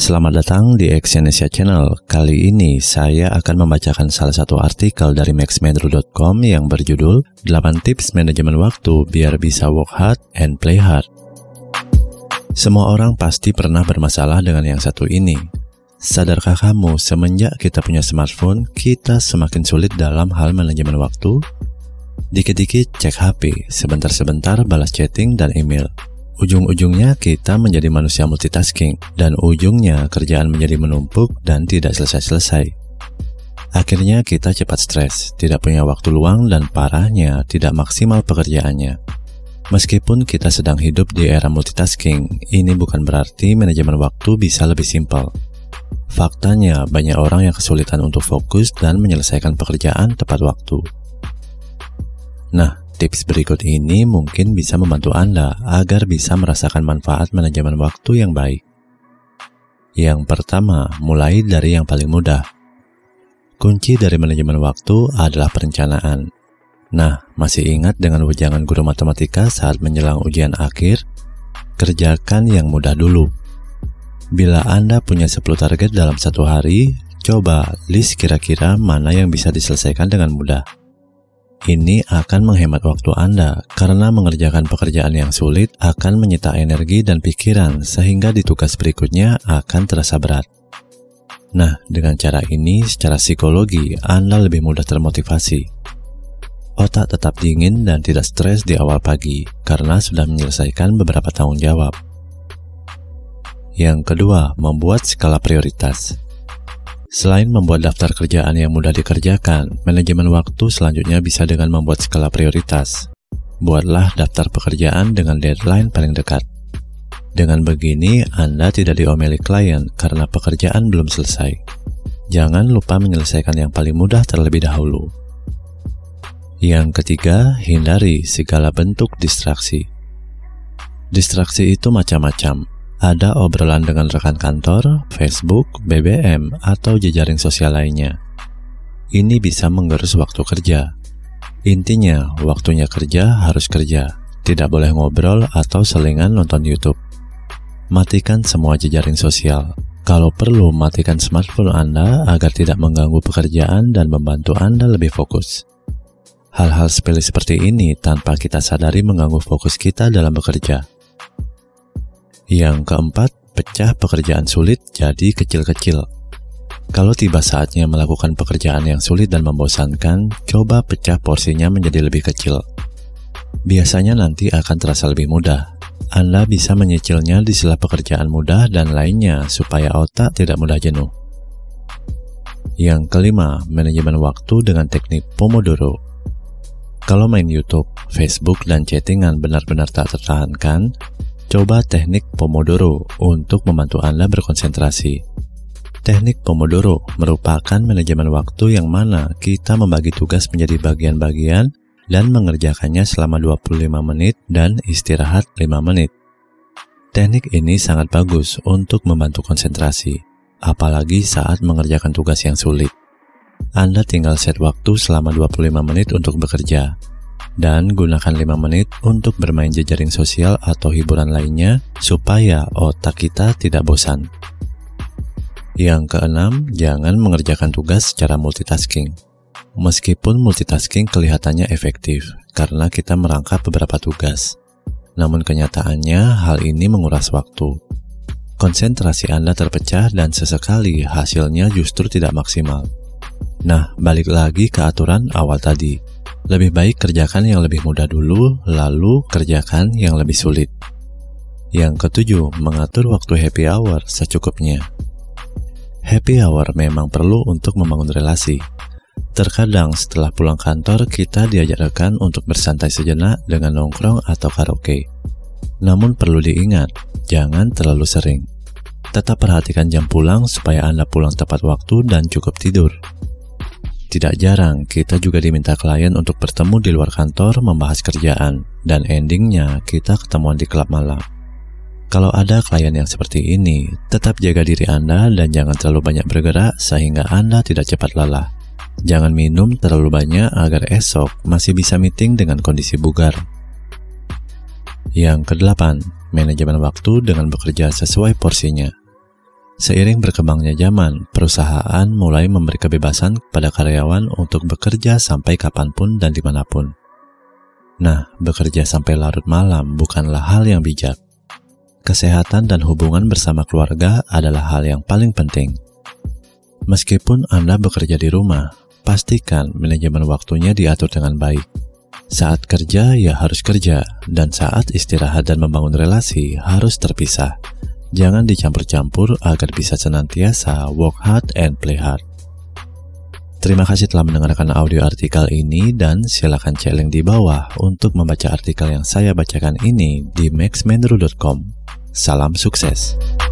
Selamat datang di Exyonesia Channel. Kali ini saya akan membacakan salah satu artikel dari maxmedro.com yang berjudul 8 tips manajemen waktu biar bisa work hard and play hard. Semua orang pasti pernah bermasalah dengan yang satu ini. Sadarkah kamu, semenjak kita punya smartphone, kita semakin sulit dalam hal manajemen waktu? Dikit-dikit cek HP, sebentar-sebentar balas chatting dan email. Ujung-ujungnya kita menjadi manusia multitasking, dan ujungnya kerjaan menjadi menumpuk dan tidak selesai-selesai. Akhirnya kita cepat stres, tidak punya waktu luang, dan parahnya tidak maksimal pekerjaannya. Meskipun kita sedang hidup di era multitasking, ini bukan berarti manajemen waktu bisa lebih simpel. Faktanya, banyak orang yang kesulitan untuk fokus dan menyelesaikan pekerjaan tepat waktu. Nah, tips berikut ini mungkin bisa membantu Anda agar bisa merasakan manfaat manajemen waktu yang baik. Yang pertama, mulai dari yang paling mudah. Kunci dari manajemen waktu adalah perencanaan. Nah, masih ingat dengan wejangan guru matematika saat menjelang ujian akhir? Kerjakan yang mudah dulu. Bila Anda punya 10 target dalam satu hari, coba list kira-kira mana yang bisa diselesaikan dengan mudah. Ini akan menghemat waktu Anda, karena mengerjakan pekerjaan yang sulit akan menyita energi dan pikiran, sehingga di tugas berikutnya akan terasa berat. Nah, dengan cara ini, secara psikologi, Anda lebih mudah termotivasi. Otak tetap dingin dan tidak stres di awal pagi, karena sudah menyelesaikan beberapa tanggung jawab. Yang kedua, membuat skala prioritas. Selain membuat daftar kerjaan yang mudah dikerjakan, manajemen waktu selanjutnya bisa dengan membuat skala prioritas. Buatlah daftar pekerjaan dengan deadline paling dekat. Dengan begini, Anda tidak diomeli klien karena pekerjaan belum selesai. Jangan lupa menyelesaikan yang paling mudah terlebih dahulu. Yang ketiga, hindari segala bentuk distraksi. Distraksi itu macam-macam. Ada obrolan dengan rekan kantor, Facebook, BBM, atau jejaring sosial lainnya. Ini bisa menggerus waktu kerja. Intinya, waktunya kerja harus kerja. Tidak boleh ngobrol atau selingan nonton YouTube. Matikan semua jejaring sosial. Kalau perlu, matikan smartphone Anda agar tidak mengganggu pekerjaan dan membantu Anda lebih fokus. Hal-hal sepele seperti ini tanpa kita sadari mengganggu fokus kita dalam bekerja. Yang keempat, pecah pekerjaan sulit jadi kecil-kecil. Kalau tiba saatnya melakukan pekerjaan yang sulit dan membosankan, coba pecah porsinya menjadi lebih kecil. Biasanya nanti akan terasa lebih mudah. Anda bisa menyicilnya di sela pekerjaan mudah dan lainnya supaya otak tidak mudah jenuh. Yang kelima, manajemen waktu dengan teknik Pomodoro. Kalau main YouTube, Facebook, dan chattingan benar-benar tak tertahankan, coba teknik Pomodoro untuk membantu Anda berkonsentrasi. Teknik Pomodoro merupakan manajemen waktu yang mana kita membagi tugas menjadi bagian-bagian dan mengerjakannya selama 25 menit dan istirahat 5 menit. Teknik ini sangat bagus untuk membantu konsentrasi, apalagi saat mengerjakan tugas yang sulit. Anda tinggal set waktu selama 25 menit untuk bekerja. Dan gunakan 5 menit untuk bermain jejaring sosial atau hiburan lainnya supaya otak kita tidak bosan. Yang keenam, jangan mengerjakan tugas secara multitasking. Meskipun multitasking kelihatannya efektif karena kita merangkap beberapa tugas, namun kenyataannya hal ini menguras waktu. Konsentrasi Anda terpecah dan sesekali hasilnya justru tidak maksimal. Nah, balik lagi ke aturan awal tadi. Lebih baik kerjakan yang lebih mudah dulu, lalu kerjakan yang lebih sulit. Yang ketujuh, mengatur waktu happy hour secukupnya. Happy hour memang perlu untuk membangun relasi. Terkadang setelah pulang kantor, kita diajak rekan untuk bersantai sejenak dengan nongkrong atau karaoke. Namun perlu diingat, jangan terlalu sering. Tetap perhatikan jam pulang supaya Anda pulang tepat waktu dan cukup tidur. Tidak jarang, kita juga diminta klien untuk bertemu di luar kantor membahas kerjaan, dan endingnya kita ketemuan di klub malam. Kalau ada klien yang seperti ini, tetap jaga diri Anda dan jangan terlalu banyak bergerak sehingga Anda tidak cepat lelah. Jangan minum terlalu banyak agar esok masih bisa meeting dengan kondisi bugar. Yang kedelapan, manajemen waktu dengan bekerja sesuai porsinya. Seiring berkembangnya zaman, perusahaan mulai memberi kebebasan kepada karyawan untuk bekerja sampai kapanpun dan dimanapun. Nah, bekerja sampai larut malam bukanlah hal yang bijak. Kesehatan dan hubungan bersama keluarga adalah hal yang paling penting. Meskipun Anda bekerja di rumah, pastikan manajemen waktunya diatur dengan baik. Saat kerja ya harus kerja, dan saat istirahat dan membangun relasi harus terpisah. Jangan dicampur-campur agar bisa senantiasa work hard and play hard. Terima kasih telah mendengarkan audio artikel ini dan silakan cek link di bawah untuk membaca artikel yang saya bacakan ini di maxmenru.com. Salam sukses.